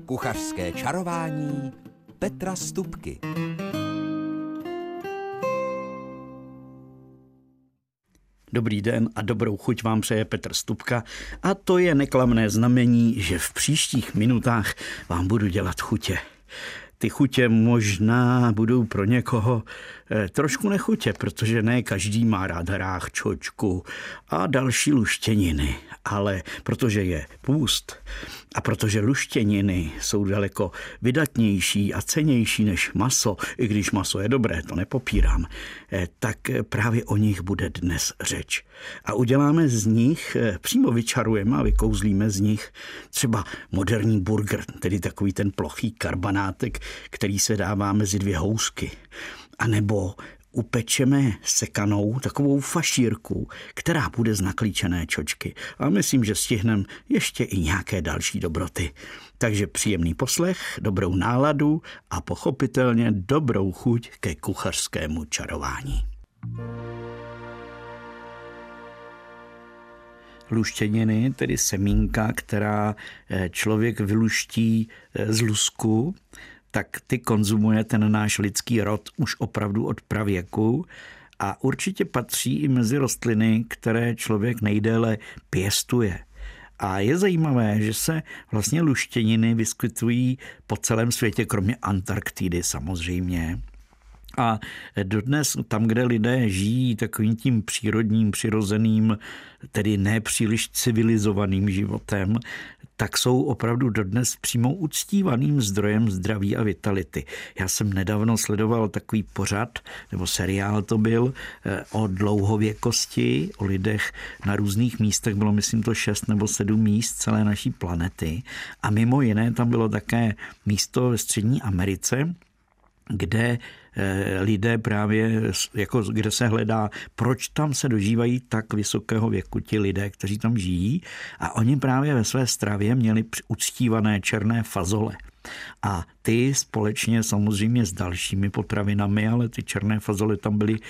Kuchařské čarování Petra Stupky. Dobrý den a dobrou chuť vám přeje Petr Stupka a to je neklamné znamení, že v příštích minutách vám budu dělat chutě. Ty chutě možná budou pro někoho trošku nechutě, protože ne každý má rád hrách, čočku a další luštěniny, ale protože je půst a protože luštěniny jsou daleko vydatnější a cennější než maso, i když maso je dobré, to nepopírám, tak právě o nich bude dnes řeč. A uděláme z nich, přímo vyčarujeme a vykouzlíme z nich třeba moderní burger, tedy takový ten plochý karbanátek, který se dává mezi dvě housky. A nebo upečeme sekanou takovou fašírku, která bude z naklíčené čočky. A myslím, že stihneme ještě i nějaké další dobroty. Takže příjemný poslech, dobrou náladu a pochopitelně dobrou chuť ke kuchařskému čarování. Luštěniny, tedy semínka, která člověk vyluští z lusku, tak ty konzumuje ten náš lidský rod už opravdu od pravěku a určitě patří i mezi rostliny, které člověk nejdéle pěstuje. A je zajímavé, že se vlastně luštěniny vyskytují po celém světě, kromě Antarktidy samozřejmě. A dodnes tam, kde lidé žijí takovým tím přírodním, přirozeným, tedy nepříliš civilizovaným životem, tak jsou opravdu dodnes přímo uctívaným zdrojem zdraví a vitality. Já jsem nedávno sledoval takový pořad, nebo seriál to byl, o dlouhověkosti, o lidech na různých místech, bylo myslím to 6 nebo 7 míst celé naší planety. A mimo jiné tam bylo také místo ve Střední Americe, kde lidé právě, jako kde se hledá, proč tam se dožívají tak vysokého věku ti lidé, kteří tam žijí. A oni právě ve své stravě měli uctívané černé fazole. A ty společně samozřejmě s dalšími potravinami, ale ty černé fazole tam byly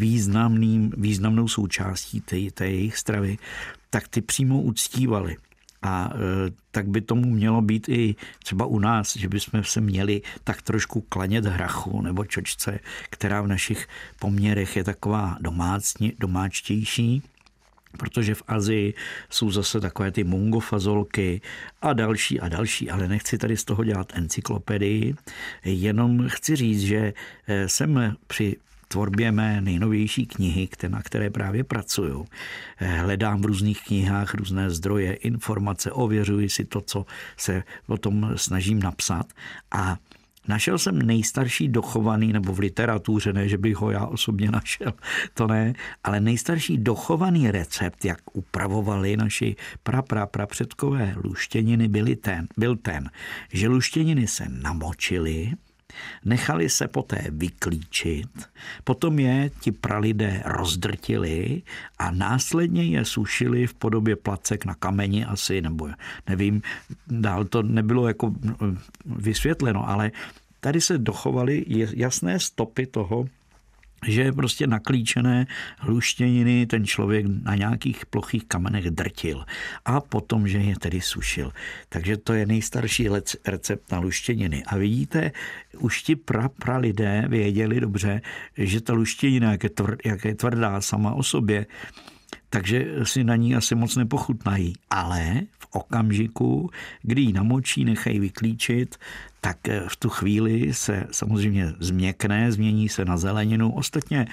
významnou součástí té jejich stravy, tak ty přímo uctívali. A tak by tomu mělo být i třeba u nás, že bychom se měli tak trošku klanět hrachu nebo čočce, která v našich poměrech je taková domáčtější, protože v Asii jsou zase takové ty mungo fazolky a další, ale nechci tady z toho dělat encyklopedii, jenom chci říct, že jsem při tvorbě mé nejnovější knihy, na které právě pracuju. Hledám v různých knihách různé zdroje, informace, ověřuji si to, co se o tom snažím napsat a našel jsem nejstarší dochovaný, nebo v literatuře, ne, že bych ho já osobně našel, to ne, ale nejstarší dochovaný recept, jak upravovali naši prapředkové luštěniny, byl ten, že luštěniny se namočily, nechali se poté vyklíčit, potom je ti pralidé rozdrtili a následně je sušili v podobě placek na kameni asi, nebo nevím, dál to nebylo jako vysvětleno, ale tady se dochovaly jasné stopy toho, že prostě naklíčené luštěniny ten člověk na nějakých plochých kamenech drtil a potom, že je tedy sušil. Takže to je nejstarší recept na luštěniny. A vidíte, už ti pralidé věděli dobře, že ta luštěnina, jak je tvrdá sama o sobě, takže si na ní asi moc nepochutnají. Ale v okamžiku, kdy ji namočí, nechají vyklíčit, tak v tu chvíli se samozřejmě změkne, změní se na zeleninu. Ostatně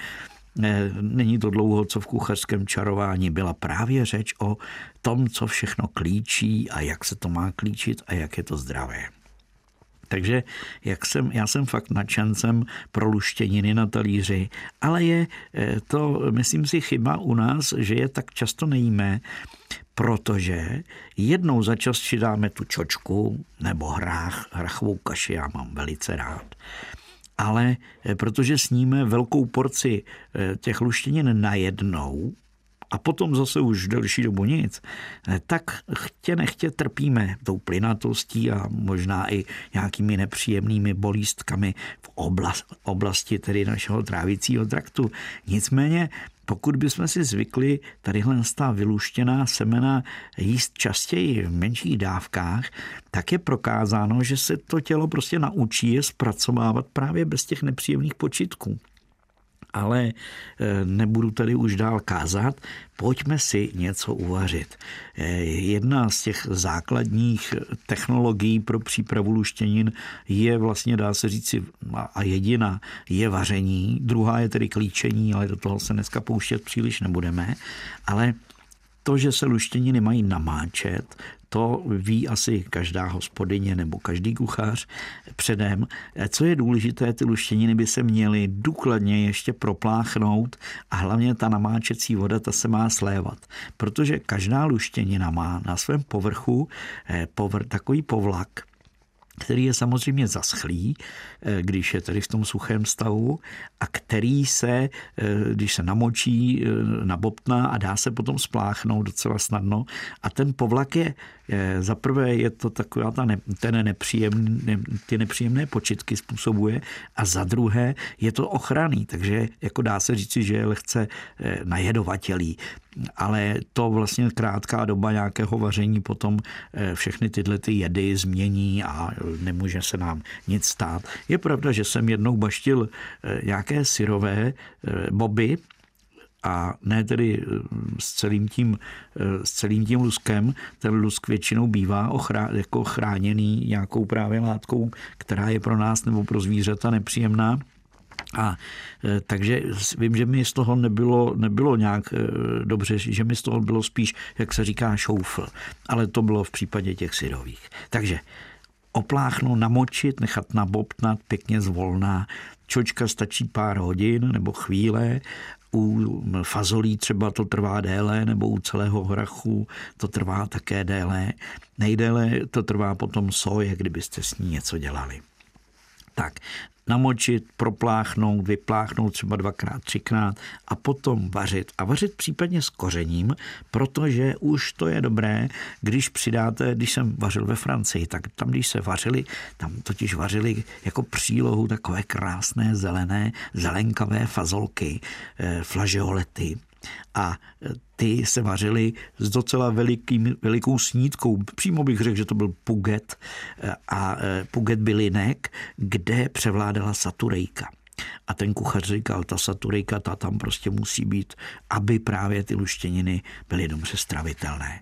není to dlouho, co v kuchařském čarování byla právě řeč o tom, co všechno klíčí a jak se to má klíčit a jak je to zdravé. Takže já jsem fakt nadšencem pro luštěniny na talíři, ale je to, myslím si, chyba u nás, že je tak často nejíme, protože jednou za čas si dáme tu čočku nebo hrachovou kaši, já mám velice rád. Ale protože sníme velkou porci těch luštěnin najednou, a potom zase už delší dobu nic, tak chtě nechtě trpíme tou plynatostí a možná i nějakými nepříjemnými bolístkami v oblasti tedy našeho trávicího traktu. Nicméně pokud bychom si zvykli tadyhle vyluštěná semena jíst častěji v menších dávkách, tak je prokázáno, že se to tělo prostě naučí je zpracovávat právě bez těch nepříjemných počitků. Ale nebudu tady už dál kázat, pojďme si něco uvařit. Jedna z těch základních technologií pro přípravu luštěnin je vlastně, dá se říci, a jediná je vaření, druhá je tedy klíčení, ale do toho se dneska pouštět příliš nebudeme, ale to, že se luštěniny mají namáčet, to ví asi každá hospodyně nebo každý kuchař předem. Co je důležité, ty luštěniny by se měly důkladně ještě propláchnout a hlavně ta namáčecí voda, ta se má slévat. Protože každá luštěnina má na svém povrchu takový povlak, který je samozřejmě zaschlý, když je tedy v tom suchém stavu a který se, když se namočí, nabobtná a dá se potom spláchnout docela snadno. A ten povlak je, zaprvé je to taková ty nepříjemné počitky způsobuje a za druhé je to ochranný, takže jako dá se říci, že je lehce najedovatělý. Ale to vlastně krátká doba nějakého vaření potom všechny tyhle ty jedy změní a nemůže se nám nic stát. Je pravda, že jsem jednou baštil nějaké syrové boby, a ne tedy s celým tím luskem. Ten lusk většinou bývá jako chráněný nějakou právě látkou, která je pro nás nebo pro zvířata nepříjemná. A takže vím, že mi z toho nebylo nějak dobře, že mi z toho bylo spíš, jak se říká, šoufl. Ale to bylo v případě těch syrových. Takže opláchnout, namočit, nechat nabobtnat pěkně zvolna. Čočka stačí pár hodin nebo chvíle. U fazolí třeba to trvá déle, nebo u celého horachu to trvá také déle. Nejdéle to trvá potom soje, kdybyste s ní něco dělali. Tak, namočit, propláchnout, vypláchnout třeba 2x, 3x a potom vařit. A vařit případně s kořením, protože už to je dobré, když přidáte, když jsem vařil ve Francii, tak tam, když se vařili, tam totiž vařili jako přílohu takové krásné zelenkavé fazolky, flageolety. A ty se vařily s docela velikou snídkou. Přímo bych řekl, že to byl puget a puget bylinek, kde převládala saturejka. A ten kuchař říkal, ta saturejka, ta tam prostě musí být, aby právě ty luštěniny byly dobře stravitelné.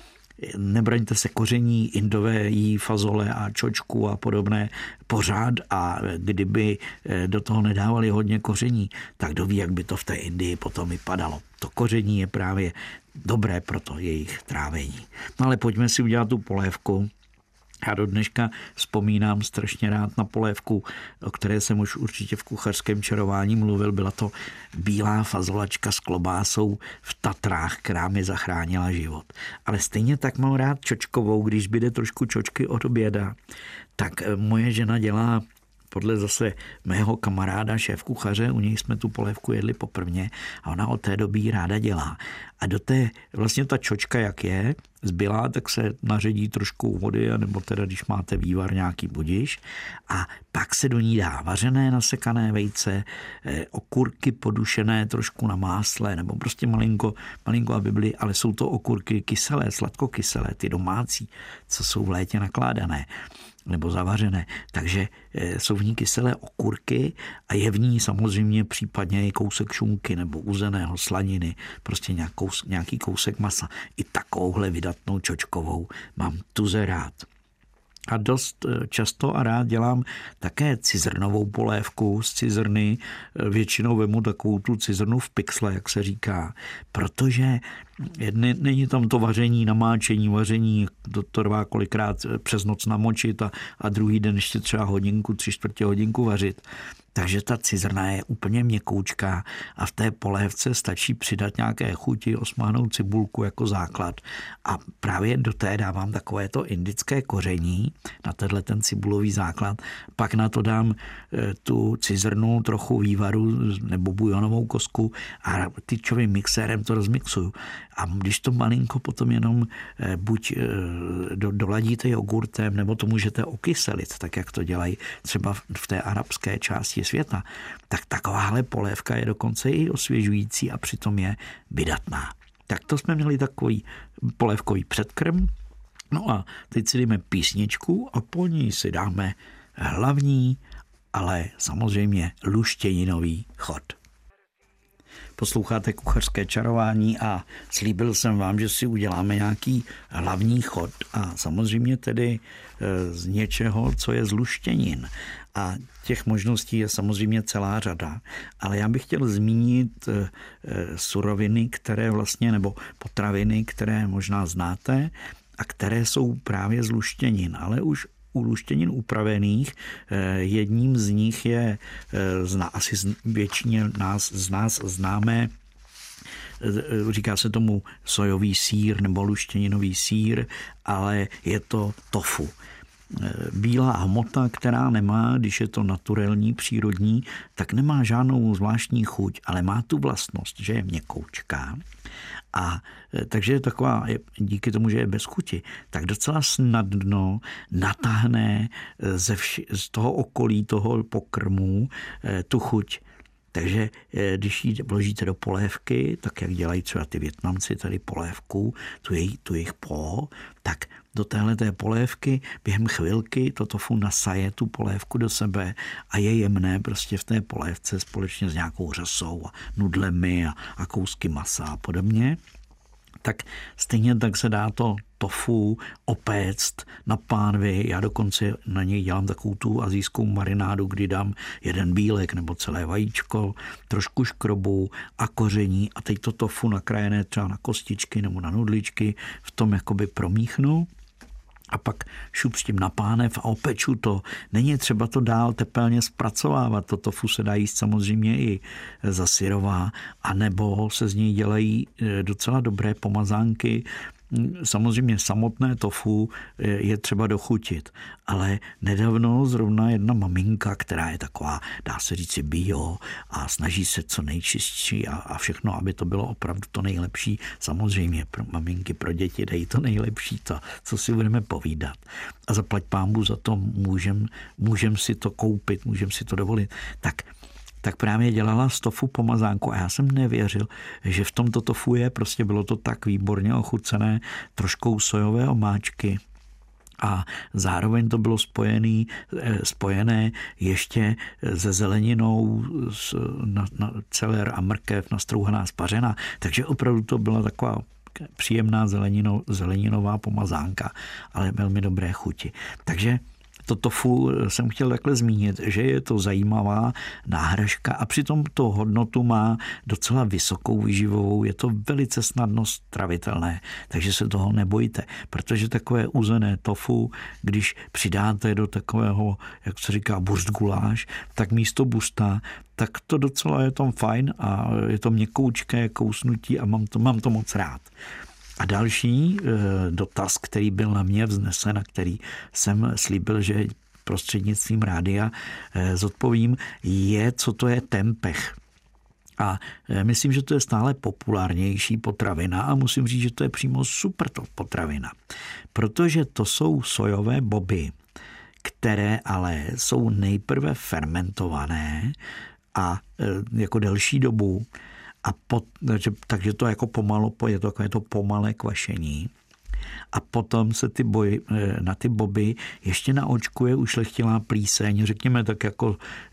Nebraňte se koření, Indové jí fazole a čočku a podobné pořád a kdyby do toho nedávali hodně koření, tak kdo ví, jak by to v té Indii potom vypadalo. To koření je právě dobré pro to jejich trávení. No ale pojďme si udělat tu polévku. Já do dneška vzpomínám strašně rád na polévku, o které jsem už určitě v kuchařském čarování mluvil. Byla to bílá fazolačka s klobásou v Tatrách, která mi zachránila život. Ale stejně tak mám rád čočkovou, když bude trošku čočky od oběda. Tak moje žena dělá podle zase mého kamaráda, šéfkuchaře, u něj jsme tu polévku jedli poprvně a ona od té doby ji ráda dělá. A do té vlastně ta čočka, jak je zbylá, tak se naředí trošku vody, nebo teda když máte vývar nějaký budiš a pak se do ní dá vařené nasekané vejce, okurky podušené trošku na másle, nebo prostě malinko, aby byly, ale jsou to okurky kyselé, sladkokyselé, ty domácí, co jsou v létě nakládané nebo zavařené. Takže jsou v ní kyselé okurky a je v ní samozřejmě případně i kousek šunky nebo uzeného slaniny, prostě nějaký kousek masa. I takovouhle vydatnou čočkovou mám tuze rád. A dost často a rád dělám také cizrnovou polévku z cizrny. Většinou vemu takovou tu cizrnu v pixle, jak se říká, protože není tam to vaření, namáčení, vaření, to trvá kolikrát přes noc namočit a druhý den ještě třeba hodinku, 3/4 hodinku vařit. Takže ta cizrna je úplně měkoučká a v té polévce stačí přidat nějaké chuti, osmáhnou cibulku jako základ. A právě do té dávám takovéto indické koření, na tenhle ten cibulový základ. Pak na to dám tu cizrnu, trochu vývaru nebo bujonovou kostku a tyčovým mixérem to rozmixuju. A když to malinko potom jenom buď doladíte jogurtem, nebo to můžete okyselit, tak jak to dělají třeba v té arabské části světa, tak takováhle polévka je dokonce i osvěžující a přitom je vydatná. Tak to jsme měli takový polévkový předkrm. No a teď si jdeme písničku a po ní si dáme hlavní, ale samozřejmě luštěninový chod. Posloucháte Kuchařské čarování a slíbil jsem vám, že si uděláme nějaký hlavní chod a samozřejmě tedy z něčeho, co je z luštěnin. A těch možností je samozřejmě celá řada, ale já bych chtěl zmínit suroviny, které vlastně, nebo potraviny, které možná znáte a které jsou právě z luštěnin, ale už u luštěnin upravených. Jedním z nich je, asi většině z nás známé, říká se tomu sojový sýr nebo luštěninový sýr, ale je to tofu. Bílá hmota, která nemá, když je to naturální, přírodní, tak nemá žádnou zvláštní chuť, ale má tu vlastnost, že je měkoučká. A takže je taková, díky tomu, že je bez chuti, tak docela snadno natáhne z toho okolí, toho pokrmu tu chuť. Takže když ji vložíte do polévky, tak jak dělají třeba ty Vietnamci tady polévku, tu jejich po, tak do téhleté polévky během chvilky to tofu nasaje tu polévku do sebe a je jemné prostě v té polévce společně s nějakou řasou a nudlemi a kousky masa a podobně. Tak stejně tak se dá to tofu opéct na pánvi. Já dokonce na něj dělám takovou tu asijskou marinádu, kdy dám jeden bílek nebo celé vajíčko, trošku škrobu a koření a teď to tofu nakrájené třeba na kostičky nebo na nudličky v tom jakoby promíchnu. A pak šup s tím na pánev a opeču to. Není třeba to dál tepelně zpracovávat. To tofu se dá jíst samozřejmě i zasyrová, anebo se z něj dělají docela dobré pomazánky. Samozřejmě samotné tofu je třeba dochutit, ale nedávno zrovna jedna maminka, která je taková, dá se říci bio a snaží se co nejčistší a všechno, aby to bylo opravdu to nejlepší. Samozřejmě pro maminky, pro děti dají to nejlepší, to, co si budeme povídat. A zaplať pánbůh za to můžem si to koupit, můžem si to dovolit. Tak právě dělala z tofu pomazánku a já jsem nevěřil, že v tomto tofu je, prostě bylo to tak výborně ochucené troškou sojové omáčky a zároveň to bylo spojené ještě se zeleninou, na celer a mrkev nastrouhaná, spařená, takže opravdu to byla taková příjemná zeleninová pomazánka, ale velmi dobré chuti. Takže to tofu jsem chtěl takhle zmínit, že je to zajímavá náhražka a přitom to hodnotu má docela vysokou výživovou, je to velice snadno stravitelné, takže se toho nebojte, protože takové uzené tofu, když přidáte do takového, jak se říká, burstguláš, tak místo bursta, tak to docela je tam fajn a je to měkoučké kousnutí a mám to moc rád. A další dotaz, který byl na mě vznesen a který jsem slíbil, že prostřednictvím rádia zodpovím, je, co to je tempeh. A myslím, že to je stále populárnější potravina a musím říct, že to je přímo super potravina. Protože to jsou sojové boby, které ale jsou nejprve fermentované a jako delší dobu takže to jako je to takové to pomalé kvašení. A potom se na ty boby ještě naočkuje ušlechtilá plíseň, řekněme tak jako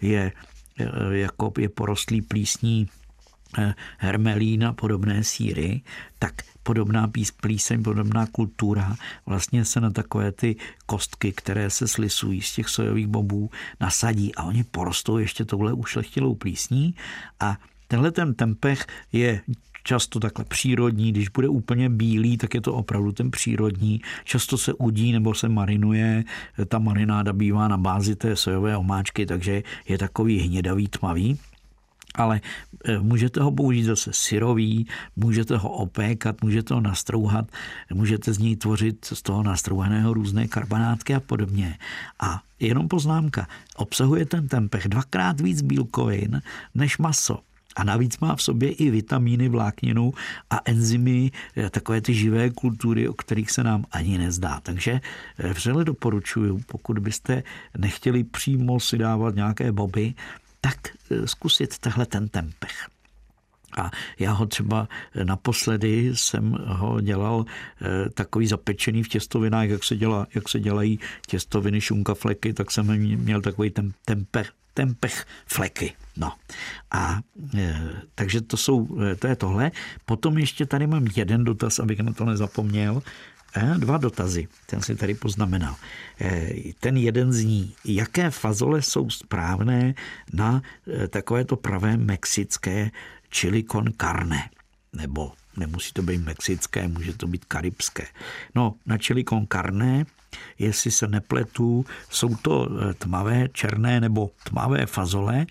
je porostlý plísní hermelín a podobné sýry, tak podobná plíseň, podobná kultura vlastně se na takové ty kostky, které se slisují z těch sojových bobů, nasadí a oni porostou ještě touhle ušlechtilou plísní a tenhle ten tempeh je často takhle přírodní, když bude úplně bílý, tak je to opravdu ten přírodní. Často se udí nebo se marinuje, ta marináda bývá na bázi té sojové omáčky, takže je takový hnědavý, tmavý. Ale můžete ho použít zase syrový, můžete ho opékat, můžete ho nastrouhat, můžete z něj tvořit z toho nastrouhaného různé karbonátky a podobně. A jenom poznámka, obsahuje ten tempeh 2x víc bílkovin než maso. A navíc má v sobě i vitamíny, vlákninu a enzymy, takové ty živé kultury, o kterých se nám ani nezdá. Takže vřele doporučuju, pokud byste nechtěli přímo si dávat nějaké boby, tak zkusit tehle ten tempeh. A já ho třeba naposledy jsem ho dělal takový zapečený v těstovinách, jak se dělají těstoviny šunkafleky, tak jsem měl takový tempeh fleky. No. A takže to je tohle. Potom ještě tady mám jeden dotaz, abych na to nezapomněl. 2 dotazy, ten si tady poznamenal. Ten jeden zní, jaké fazole jsou správné na takovéto pravé mexické chili con carne, nebo nemusí to být mexické, může to být karibské. No, na chili con carne, jestli se nepletu, jsou to tmavé, černé nebo tmavé fazole,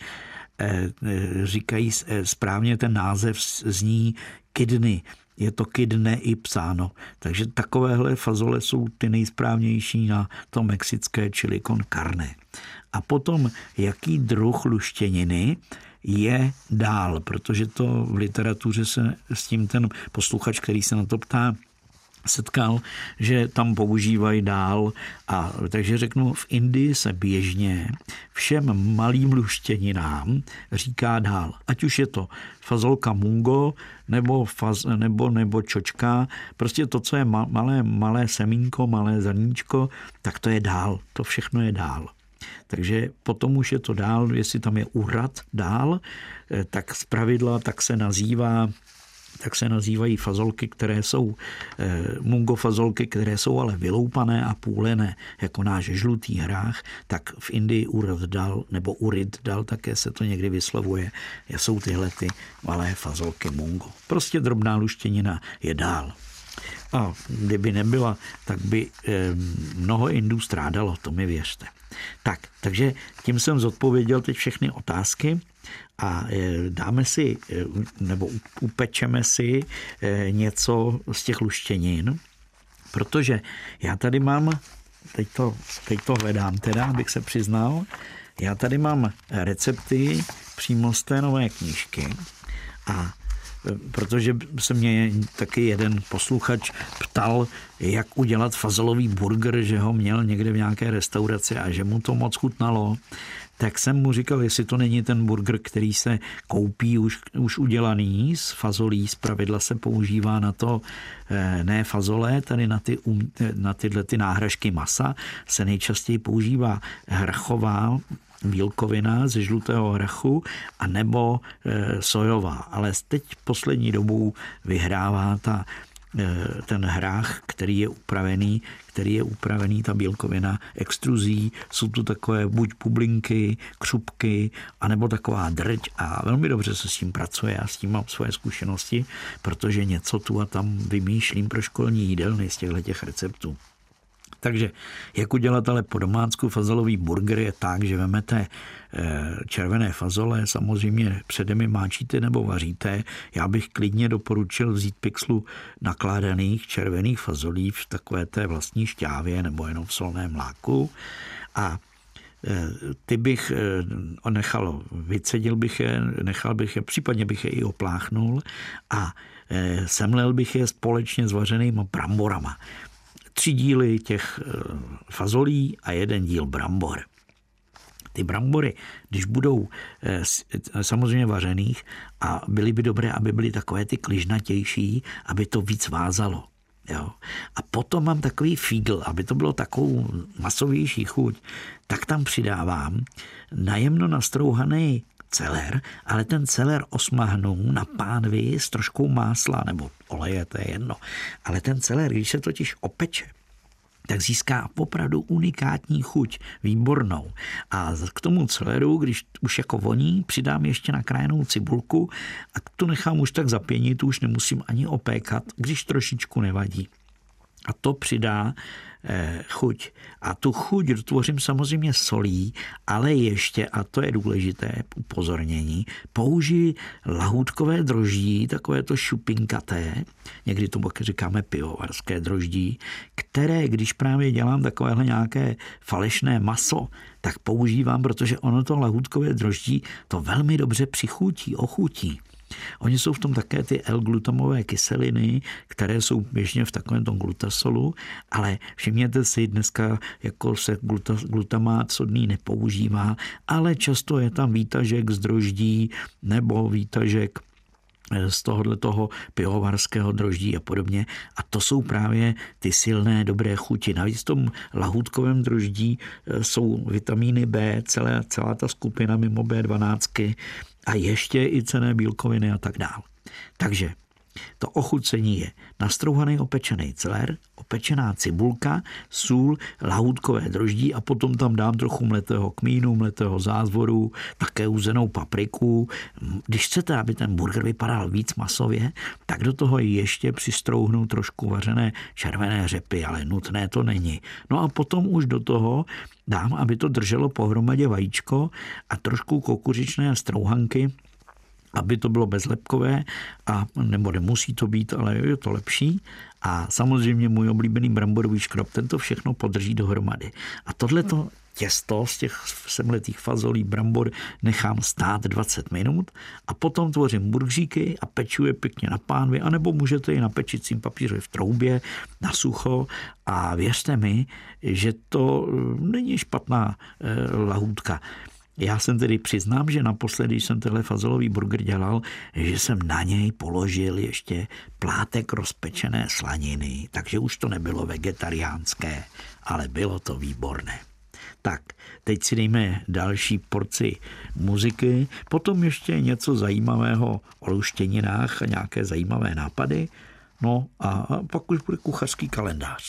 říkají správně, ten název zní kidney. Je to kidne i psáno. Takže takovéhle fazole jsou ty nejsprávnější na to mexické chili con carne. A potom, jaký druh luštěniny je dál, protože to v literatuře se s tím ten posluchač, který se na to ptá, setkal, že tam používají dál. A takže řeknu, v Indii se běžně všem malým luštěninám říká dál. Ať už je to fazolka mungo, nebo čočka, prostě to, co je malé semínko, malé zrníčko, tak to je dál. To všechno je dál. Takže potom už je to dál, jestli tam je urad dál, tak zpravidla tak se nazývají fazolky, které jsou mungo fazolky, které jsou ale vyloupané a půlené, jako náš žlutý hrách, tak v Indii urad dal nebo urid dal, také se to někdy vyslovuje. Jsou tyhle ty malé fazolky mungo. Prostě drobná luštěnina je dál. A kdyby nebyla, tak by mnoho Indů strádalo, to mi věřte. Takže tím jsem zodpověděl teď všechny otázky a dáme si, nebo upečeme si něco z těch luštěnin, protože já tady mám, teď to hledám teda, abych se přiznal, já tady mám recepty přímo z té nové knížky a protože se mě taky jeden posluchač ptal, jak udělat fazolový burger, že ho měl někde v nějaké restauraci a že mu to moc chutnalo, tak jsem mu říkal, jestli to není ten burger, který se koupí už udělaný z fazolí, zpravidla se používá na to ne fazole, tady na tyhle ty náhražky masa se nejčastěji používá hrachová bílkovina ze žlutého hrachu a nebo sojová. Ale teď poslední dobou vyhrává ten hrách, který je upravený, ta bílkovina extruzí. Jsou tu takové buď bublinky, křupky, anebo taková drť a velmi dobře se s tím pracuje. Já s tím mám svoje zkušenosti, protože něco tu a tam vymýšlím pro školní jídelny z těchto receptů. Takže jak udělat ale po domácku fazolový burger je tak, že vemete červené fazole, samozřejmě předem je máčíte nebo vaříte. Já bych klidně doporučil vzít pixlu nakládaných červených fazolí v takové té vlastní šťávě nebo jenom v solném mláku a ty bych nechal, vycedil bych je, nechal bych je, případně bych je i opláchnul a semlel bych je společně s vařenýma bramborama. 3 díly těch fazolí a 1 díl brambor. Ty brambory, když budou samozřejmě vařených a byly by dobré, aby byly takové ty kližnatější, aby to víc vázalo. Jo. A potom mám takový fígl, aby to bylo takovou masovější chuť, tak tam přidávám najemno nastrouhaný celer, ale ten celer osmahnu na pánvi s troškou másla nebo oleje, to je jedno. Ale ten celer, když se totiž opeče, tak získá opravdu unikátní chuť, výbornou. A k tomu celeru, když už jako voní, přidám ještě nakrájenou cibulku a tu nechám už tak zapěnit, už nemusím ani opékat, když trošičku nevadí. A to přidá chuť. A tu chuť dotvořím samozřejmě solí, ale ještě, a to je důležité upozornění, použiji lahůdkové droždí, takové to šupinkaté, někdy tomu říkáme pivovarské droždí, které, když právě dělám takovéhle nějaké falešné maso, tak používám, protože ono to lahůdkové droždí to velmi dobře přichutí, ochutí. Oni jsou v tom také ty L-glutamové kyseliny, které jsou běžně v takovém tom glutasolu, ale všimněte si, dneska jako se glutamát sodný nepoužívá, ale často je tam výtažek z droždí nebo výtažek z toho pivovarského droždí a podobně. A to jsou právě ty silné, dobré chuti. Navíc v tom lahůdkovém droždí jsou vitamíny B, celá ta skupina mimo B12 a ještě i cenné bílkoviny a tak dál. Takže to ochucení je nastrouhaný opečený celer, opečená cibulka, sůl, lahůdkové droždí a potom tam dám trochu mletého kmínu, mletého zázvoru, také uzenou papriku. Když chcete, aby ten burger vypadal víc masově, tak do toho ještě přistrouhnu trošku vařené červené řepy, ale nutné to není. No a potom už do toho dám, aby to drželo pohromadě vajíčko a trošku kukuřičné strouhanky, aby to bylo bezlepkové, nebo nemusí to být, ale je to lepší. A samozřejmě můj oblíbený bramborový škrob, ten to všechno podrží dohromady. A tohleto těsto z těch semletých fazolí brambor nechám stát 20 minut a potom tvořím buržíky a peču je pěkně na pánvi, anebo můžete i na pečicím papíře v troubě na sucho a věřte mi, že to není špatná lahůdka. Já jsem tedy přiznám, že naposledy, když jsem tenhle fazolový burger dělal, že jsem na něj položil ještě plátek rozpečené slaniny, takže už to nebylo vegetariánské, ale bylo to výborné. Tak, teď si dejme další porci muziky, potom ještě něco zajímavého o luštěninách a nějaké zajímavé nápady, no a pak už bude kuchařský kalendář.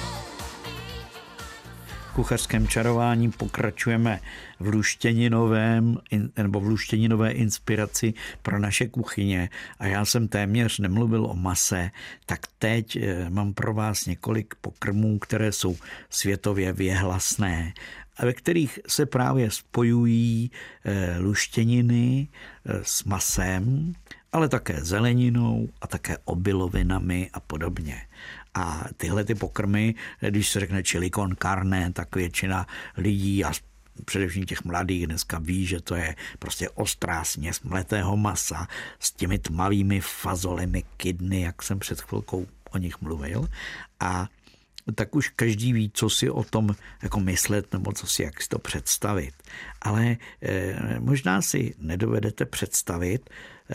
V kuchařském čarování pokračujeme v luštěninové inspiraci pro naše kuchyně a já jsem téměř nemluvil o mase, tak teď mám pro vás několik pokrmů, které jsou světově věhlasné a ve kterých se právě spojují luštěniny s masem, ale také zeleninou a také obilovinami a podobně. A tyhle ty pokrmy, když se řekne chili con carne, tak většina lidí a především těch mladých dneska ví, že to je prostě ostrá směs mletého masa s těmi tmavými fazolemi kidney, jak jsem před chvilkou o nich mluvil. A tak už každý ví, co si o tom jako myslet nebo jak si to představit. Ale možná si nedovedete představit,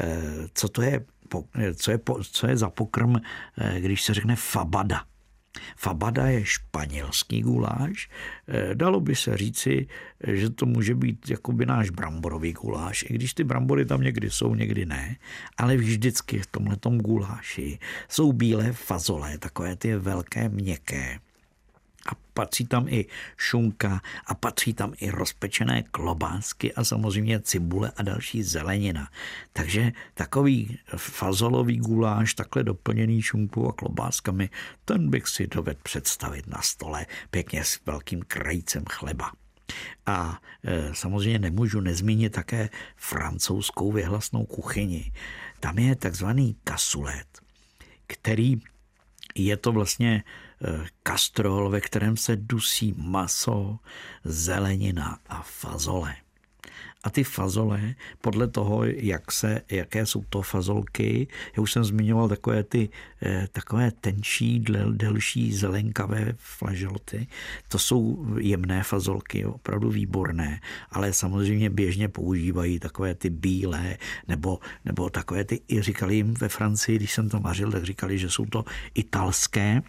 co je za pokrm, když se řekne fabada. Fabada je španělský guláš. Dalo by se říci, že to může být jakoby náš bramborový guláš, i když ty brambory tam někdy jsou, někdy ne, ale vždycky v tomhletom guláši jsou bílé fazole, takové ty velké, měkké. A patří tam i šunka a patří tam i rozpečené klobásky a samozřejmě cibule a další zelenina. Takže takový fazolový guláš, takhle doplněný šunkou a klobáskami, ten bych si dovedl představit na stole pěkně s velkým krajícem chleba. A samozřejmě nemůžu nezmínit také francouzskou věhlasnou kuchyni. Tam je takzvaný cassoulet, který je to vlastně kastrol, ve kterém se dusí maso, zelenina a fazole. A ty fazole, podle toho, jaké jsou to fazolky, já už jsem zmiňoval takové tenčí, delší zelenkavé flažoty, to jsou jemné fazolky, opravdu výborné, ale samozřejmě běžně používají takové ty bílé, nebo takové ty, i říkali jim ve Francii, když jsem to vařil, tak říkali, že jsou to italské,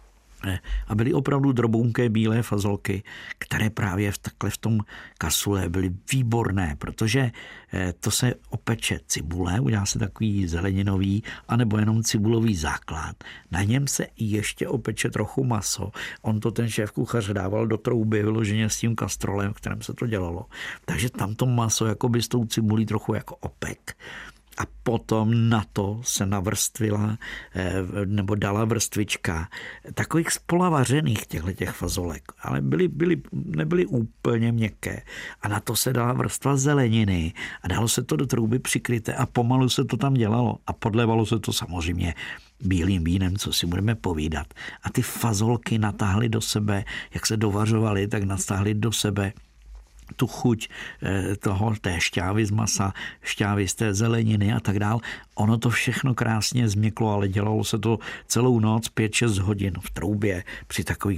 a byly opravdu drobounké bílé fazolky, které právě v tom kasule byly výborné, protože to se opeče cibule, udělá se takový zeleninový, anebo jenom cibulový základ. Na něm se ještě opeče trochu maso. On to ten šéf kuchař dával do trouby vyloženě s tím kastrolem, v kterém se to dělalo. Takže tam to maso jakoby s tou cibulí trochu jako opek. A potom na to se navrstvila nebo dala vrstvička takových spolavařených těch fazolek, ale nebyly úplně měkké. A na to se dala vrstva zeleniny a dalo se to do trouby přikryté a pomalu se to tam dělalo a podlévalo se to samozřejmě bílým vínem, co si budeme povídat. A ty fazolky natáhly do sebe, jak se dovařovaly, tak natáhly do sebe tu chuť té šťávy z masa, šťávy z té zeleniny a tak dál. Ono to všechno krásně změklo, ale dělalo se to celou noc 5-6 hodin v troubě při takových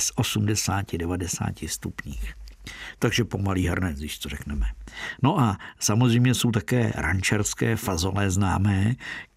80-90 stupních. Takže pomalý hrnec, když to řekneme. No a samozřejmě jsou také rančerské fazole známé,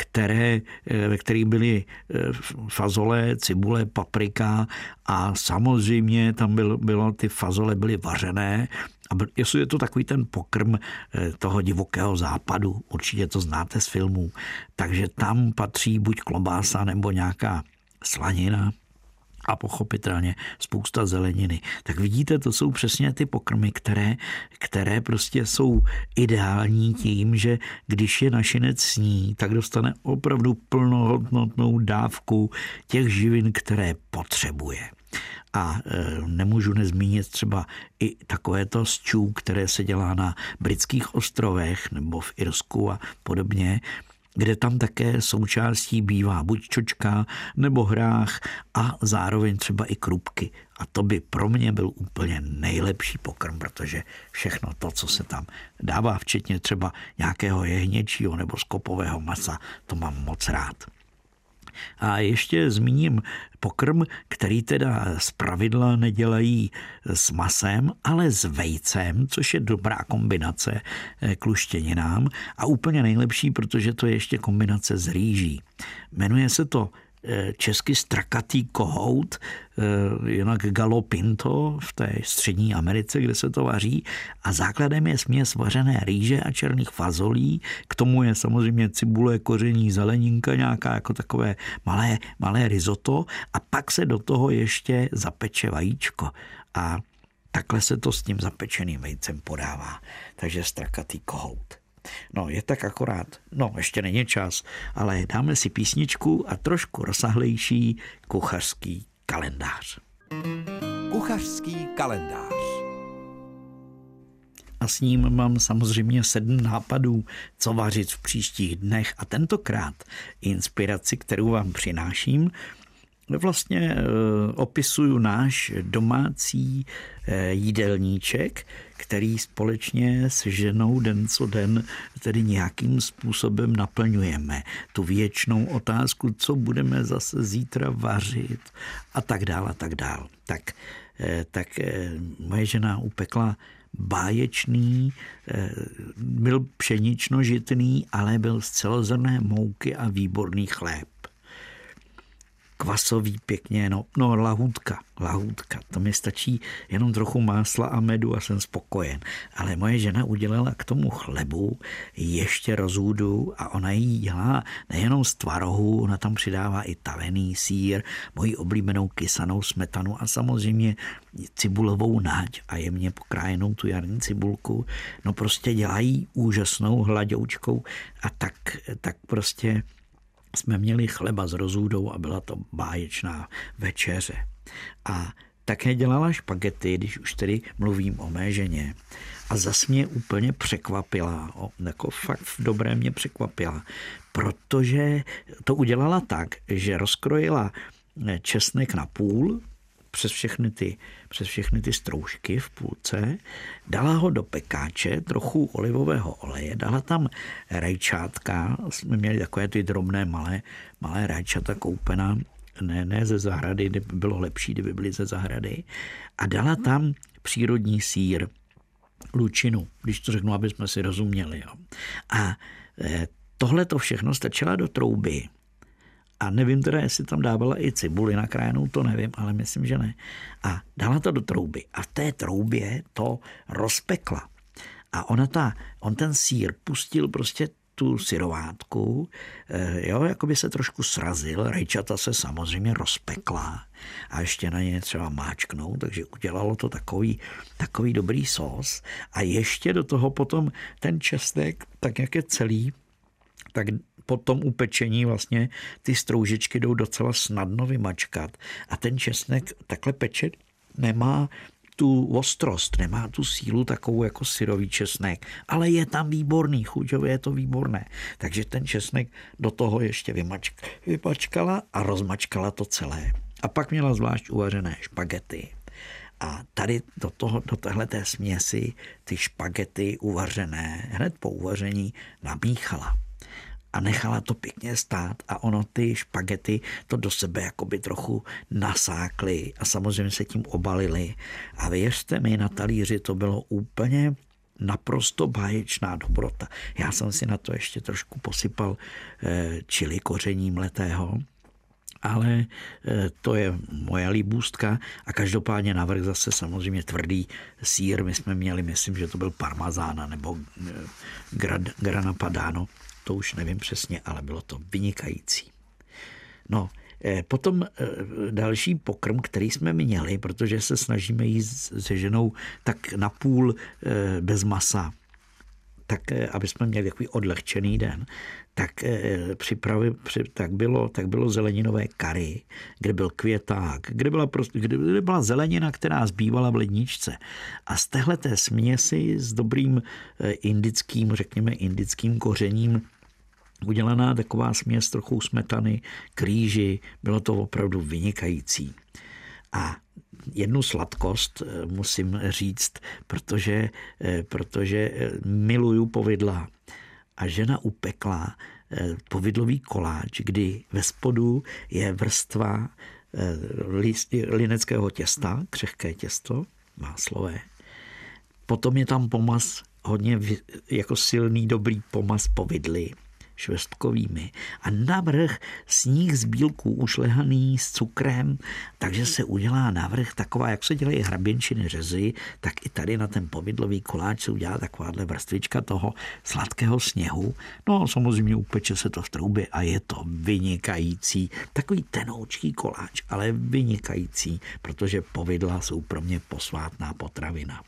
ve kterých byly fazole, cibule, paprika a samozřejmě tam ty fazole byly vařené. A jestli je to takový ten pokrm toho divokého západu, určitě to znáte z filmů, takže tam patří buď klobása nebo nějaká slanina a pochopitelně spousta zeleniny. Tak vidíte, to jsou přesně ty pokrmy, které prostě jsou ideální tím, že když je našinec sní, tak dostane opravdu plnohodnotnou dávku těch živin, které potřebuje. A nemůžu nezmínit třeba i takovéto stew, které se dělá na Britských ostrovech nebo v Irsku a podobně, kde tam také součástí bývá buď čočka nebo hrách a zároveň třeba i krupky. A to by pro mě byl úplně nejlepší pokrm, protože všechno to, co se tam dává, včetně třeba nějakého jehněčího nebo skopového masa, to mám moc rád. A ještě zmíním pokrm, který teda zpravidla nedělají s masem, ale s vejcem, což je dobrá kombinace k luštěninám a úplně nejlepší, protože to je ještě kombinace s rýží. Jmenuje se to česky strakatý kohout, jinak gallo pinto v té střední Americe, kde se to vaří a základem je směs vařené rýže a černých fazolí, k tomu je samozřejmě cibule, koření, zeleninka, nějaká jako takové malé risotto a pak se do toho ještě zapeče vajíčko a takhle se to s tím zapečeným vejcem podává, takže strakatý kohout. No, je tak akorát. No, ještě není čas, ale dáme si písničku a trošku rozsahlejší kuchařský kalendář. Kuchařský kalendář. A s ním mám samozřejmě 7 nápadů, co vařit v příštích dnech a tentokrát inspiraci, kterou vám přináším, vlastně opisuju náš domácí jídelníček, který společně s ženou den co den tedy nějakým způsobem naplňujeme. Tu věčnou otázku, co budeme zase zítra vařit a tak dál a tak dál. Tak moje žena upekla báječný, byl pšenično-žitný, ale byl z celozrnné mouky a výborný chléb. Kvasový pěkně, no lahůdka, to mi stačí jenom trochu másla a medu a jsem spokojen. Ale moje žena udělala k tomu chlebu ještě rozůdu a ona jí dělá nejenom z tvarohu, ona tam přidává i tavený sýr, moji oblíbenou kysanou smetanu a samozřejmě cibulovou náď a jemně pokrájenou tu jarní cibulku. No prostě dělají úžasnou hladoučkou a tak prostě jsme měli chleba s rozůdou a byla to báječná večeře. A také dělala špagety, když už tedy mluvím o mé ženě. A zas mě úplně překvapila, jako fakt v dobré mě překvapila, protože to udělala tak, že rozkrojila česnek na půl, přes všechny ty stroužky v půlce, dala ho do pekáče, trochu olivového oleje, dala tam rajčátka, jsme měli takové ty drobné malé rajčata koupená, ne ze zahrady, by bylo lepší, kdyby byly ze zahrady, a dala tam přírodní sýr, lučinu, když to řeknu, aby jsme si rozuměli. Jo. A tohle to všechno stačila do trouby. A nevím teda, jestli tam dávala i cibuli nakrájenou, to nevím, ale myslím, že ne. A dala to do trouby a v té troubě to rozpekla. A on ten sýr pustil prostě tu syrovátku, jako by se trošku srazil, rajčata se samozřejmě rozpekla a ještě na ně třeba máčknout, takže udělalo to takový dobrý sós a ještě do toho potom ten česnek, tak jak je celý, tak po tom upečení vlastně ty stroužičky jdou docela snadno vymačkat a ten česnek takhle pečen nemá tu ostrost, nemá tu sílu takovou jako syrový česnek, ale je tam výborný, chuťově je to výborné. Takže ten česnek do toho ještě vymačkala a rozmačkala to celé. A pak měla zvlášť uvařené špagety A tady do téhleté směsi ty špagety uvařené hned po uvaření namíchala. A nechala to pěkně stát a ono ty špagety to do sebe jakoby trochu nasákly a samozřejmě se tím obalily. A věřte mi, na talíři to bylo úplně naprosto báječná dobrota. Já jsem si na to ještě trošku posypal čili koření mletého, ale to je moje líbůstka a každopádně navrch zase samozřejmě tvrdý sýr. My jsme měli, myslím, že to byl parmazán nebo grana padano, to už nevím přesně, ale bylo to vynikající. No, potom další pokrm, který jsme měli, protože se snažíme jíst se ženou tak napůl bez masa, tak aby jsme měli takový odlehčený den, tak bylo zeleninové kary, kde byl květák, kde byla zelenina, která zbývala v ledničce. A z téhleté směsi s dobrým indickým kořením udělaná taková směs trochu smetany k rýži, bylo to opravdu vynikající. A jednu sladkost musím říct, protože miluju povidla. A žena upekla povidlový koláč, kdy ve spodu je vrstva lineckého těsta, křehké těsto, máslové. Potom je tam pomaz, hodně jako silný, dobrý pomaz povidly, švestkovými a navrch sníh z bílků ušlehaný s cukrem, takže se udělá navrch taková, jak se dělají hraběnčiny řezy, tak i tady na ten povidlový koláč se udělá takováhle vrstvička toho sladkého sněhu. No samozřejmě upeče se to v troubě a je to vynikající. Takový tenoučký koláč, ale vynikající, protože povidla jsou pro mě posvátná potravina.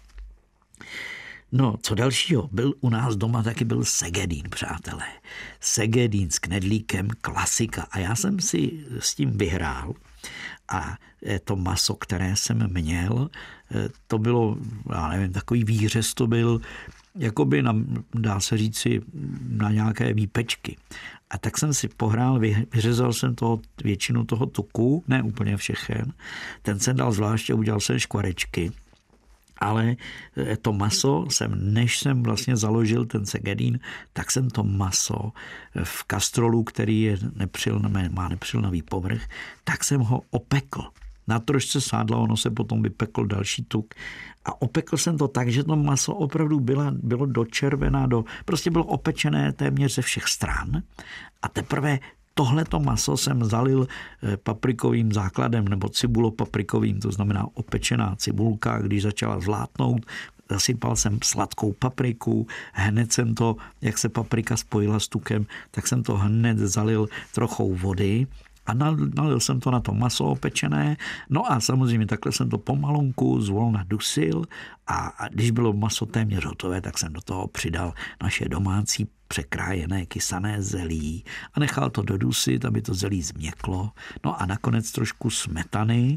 No, co dalšího? Byl u nás doma taky byl segedín, přátelé. Segedín s knedlíkem, klasika. A já jsem si s tím vyhrál. A to maso, které jsem měl, to bylo, já nevím, takový výřez to byl, jakoby dá se říci, na nějaké výpečky. A tak jsem si pohrál, vyřezal jsem většinu toho tuku, ne úplně všechen. Ten jsem dal zvláště, udělal jsem škvarečky. Ale to maso než jsem vlastně založil ten segedín, tak jsem to maso v kastrolu, který má nepřilnavý povrch, tak jsem ho opekl. Na trošce sádla, ono se potom vypekl další tuk. A opekl jsem to tak, že to maso opravdu bylo dočervená, prostě bylo opečené téměř ze všech stran. A teprve tohleto maso jsem zalil paprikovým základem nebo cibulopaprikovým, to znamená opečená cibulka, když začala zvlátnout, zasypal jsem sladkou papriku, hned jsem to, jak se paprika spojila s tukem, tak jsem to hned zalil trochou vody a nalil jsem to na to maso opečené. No a samozřejmě takhle jsem to pomalonku zvolna dusil a když bylo maso téměř hotové, tak jsem do toho přidal naše domácí překrájené kysané zelí a nechal to dodusit, aby to zelí změklo. No a nakonec trošku smetany.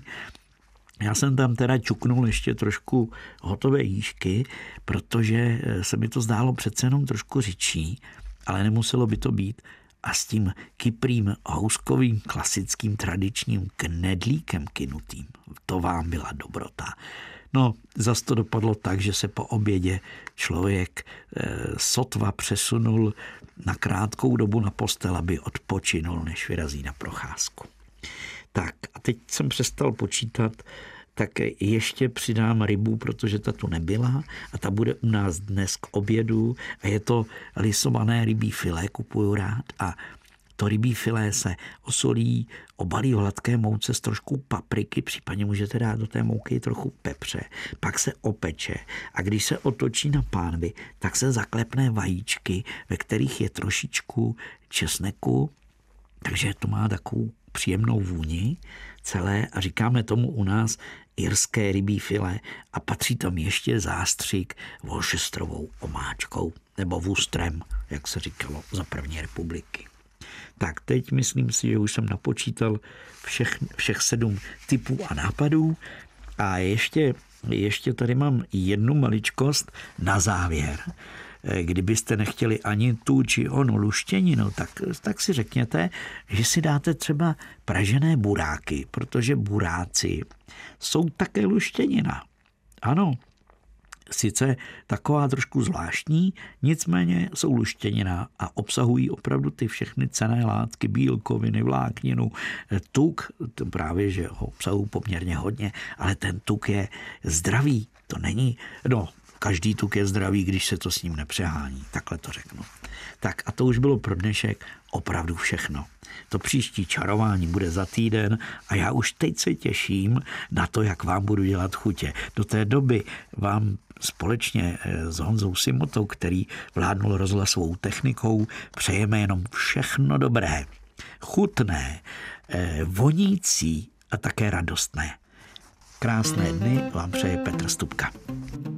Já jsem tam teda čuknul ještě trošku hotové jížky, protože se mi to zdálo přece jenom trošku řidčí, ale nemuselo by to být. A s tím kyprým, houskovým, klasickým, tradičním knedlíkem kynutým, to vám byla dobrota. No, zas to dopadlo tak, že se po obědě člověk sotva přesunul na krátkou dobu na postel, aby odpočinul, než vyrazí na procházku. Tak a teď jsem přestal počítat, tak ještě přidám rybu, protože ta tu nebyla a ta bude u nás dnes k obědu a je to lisované rybí filé, kupuju rád a to rybí filé se osolí, obalí v hladké mouce s trošku papriky, případně můžete dát do té mouky trochu pepře, pak se opeče a když se otočí na pánvi, tak se zaklepne vajíčky, ve kterých je trošičku česneku, takže to má takovou příjemnou vůni celé a říkáme tomu u nás irské rybí filé a patří tam ještě zástřik worcesterovou omáčkou nebo wustrem, jak se říkalo za první republiky. Tak teď myslím si, že už jsem napočítal všech 7 typů a nápadů a ještě tady mám jednu maličkost na závěr. kdybyste nechtěli ani tu či onu luštěninu, tak si řekněte, že si dáte třeba pražené buráky, protože buráci jsou také luštěnina. Ano, sice taková trošku zvláštní, nicméně jsou luštěnina a obsahují opravdu ty všechny cenné látky, bílkoviny, vlákninu, tuk, to právě, že ho obsahují poměrně hodně, ale ten tuk je zdravý, to není, každý tuk je zdravý, když se to s ním nepřehání, takhle to řeknu. Tak a to už bylo pro dnešek opravdu všechno. To příští čarování bude za týden a já už teď se těším na to, jak vám budu dělat chutě. Do té doby vám společně s Honzou Simotou, který vládnul rozhlasovou technikou, přejeme jenom všechno dobré, chutné, vonící a také radostné. Krásné dny vám přeje Petr Stupka.